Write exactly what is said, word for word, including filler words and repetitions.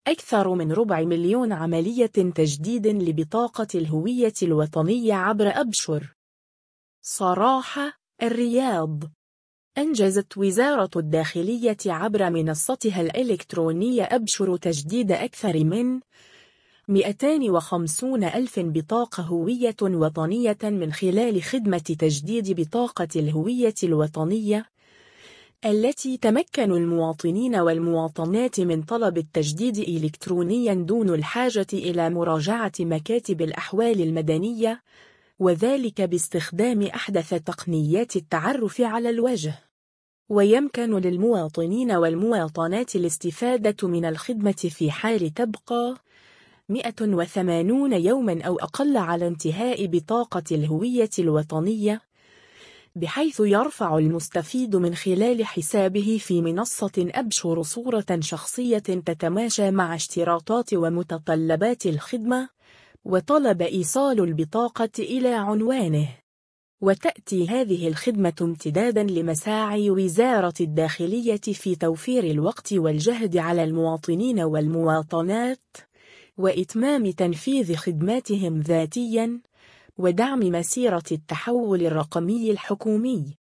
أكثر من ربع مليون عملية تجديد لبطاقة الهوية الوطنية عبر أبشر. صراحة الرياض. أنجزت وزارة الداخلية عبر منصتها الإلكترونية أبشر تجديد أكثر من مئتين وخمسين ألف بطاقة هوية وطنية من خلال خدمة تجديد بطاقة الهوية الوطنية، التي تمكن المواطنين والمواطنات من طلب التجديد إلكترونياً دون الحاجة إلى مراجعة مكاتب الأحوال المدنية، وذلك باستخدام أحدث تقنيات التعرف على الوجه. ويمكن للمواطنين والمواطنات الاستفادة من الخدمة في حال تبقى مئة وثمانين يوماً أو أقل على انتهاء بطاقة الهوية الوطنية، بحيث يرفع المستفيد من خلال حسابه في منصة أبشر صورة شخصية تتماشى مع اشتراطات ومتطلبات الخدمة، وطلب إيصال البطاقة إلى عنوانه. وتأتي هذه الخدمة امتداداً لمساعي وزارة الداخلية في توفير الوقت والجهد على المواطنين والمواطنات، وإتمام تنفيذ خدماتهم ذاتياً، ودعم مسيرة التحول الرقمي الحكومي.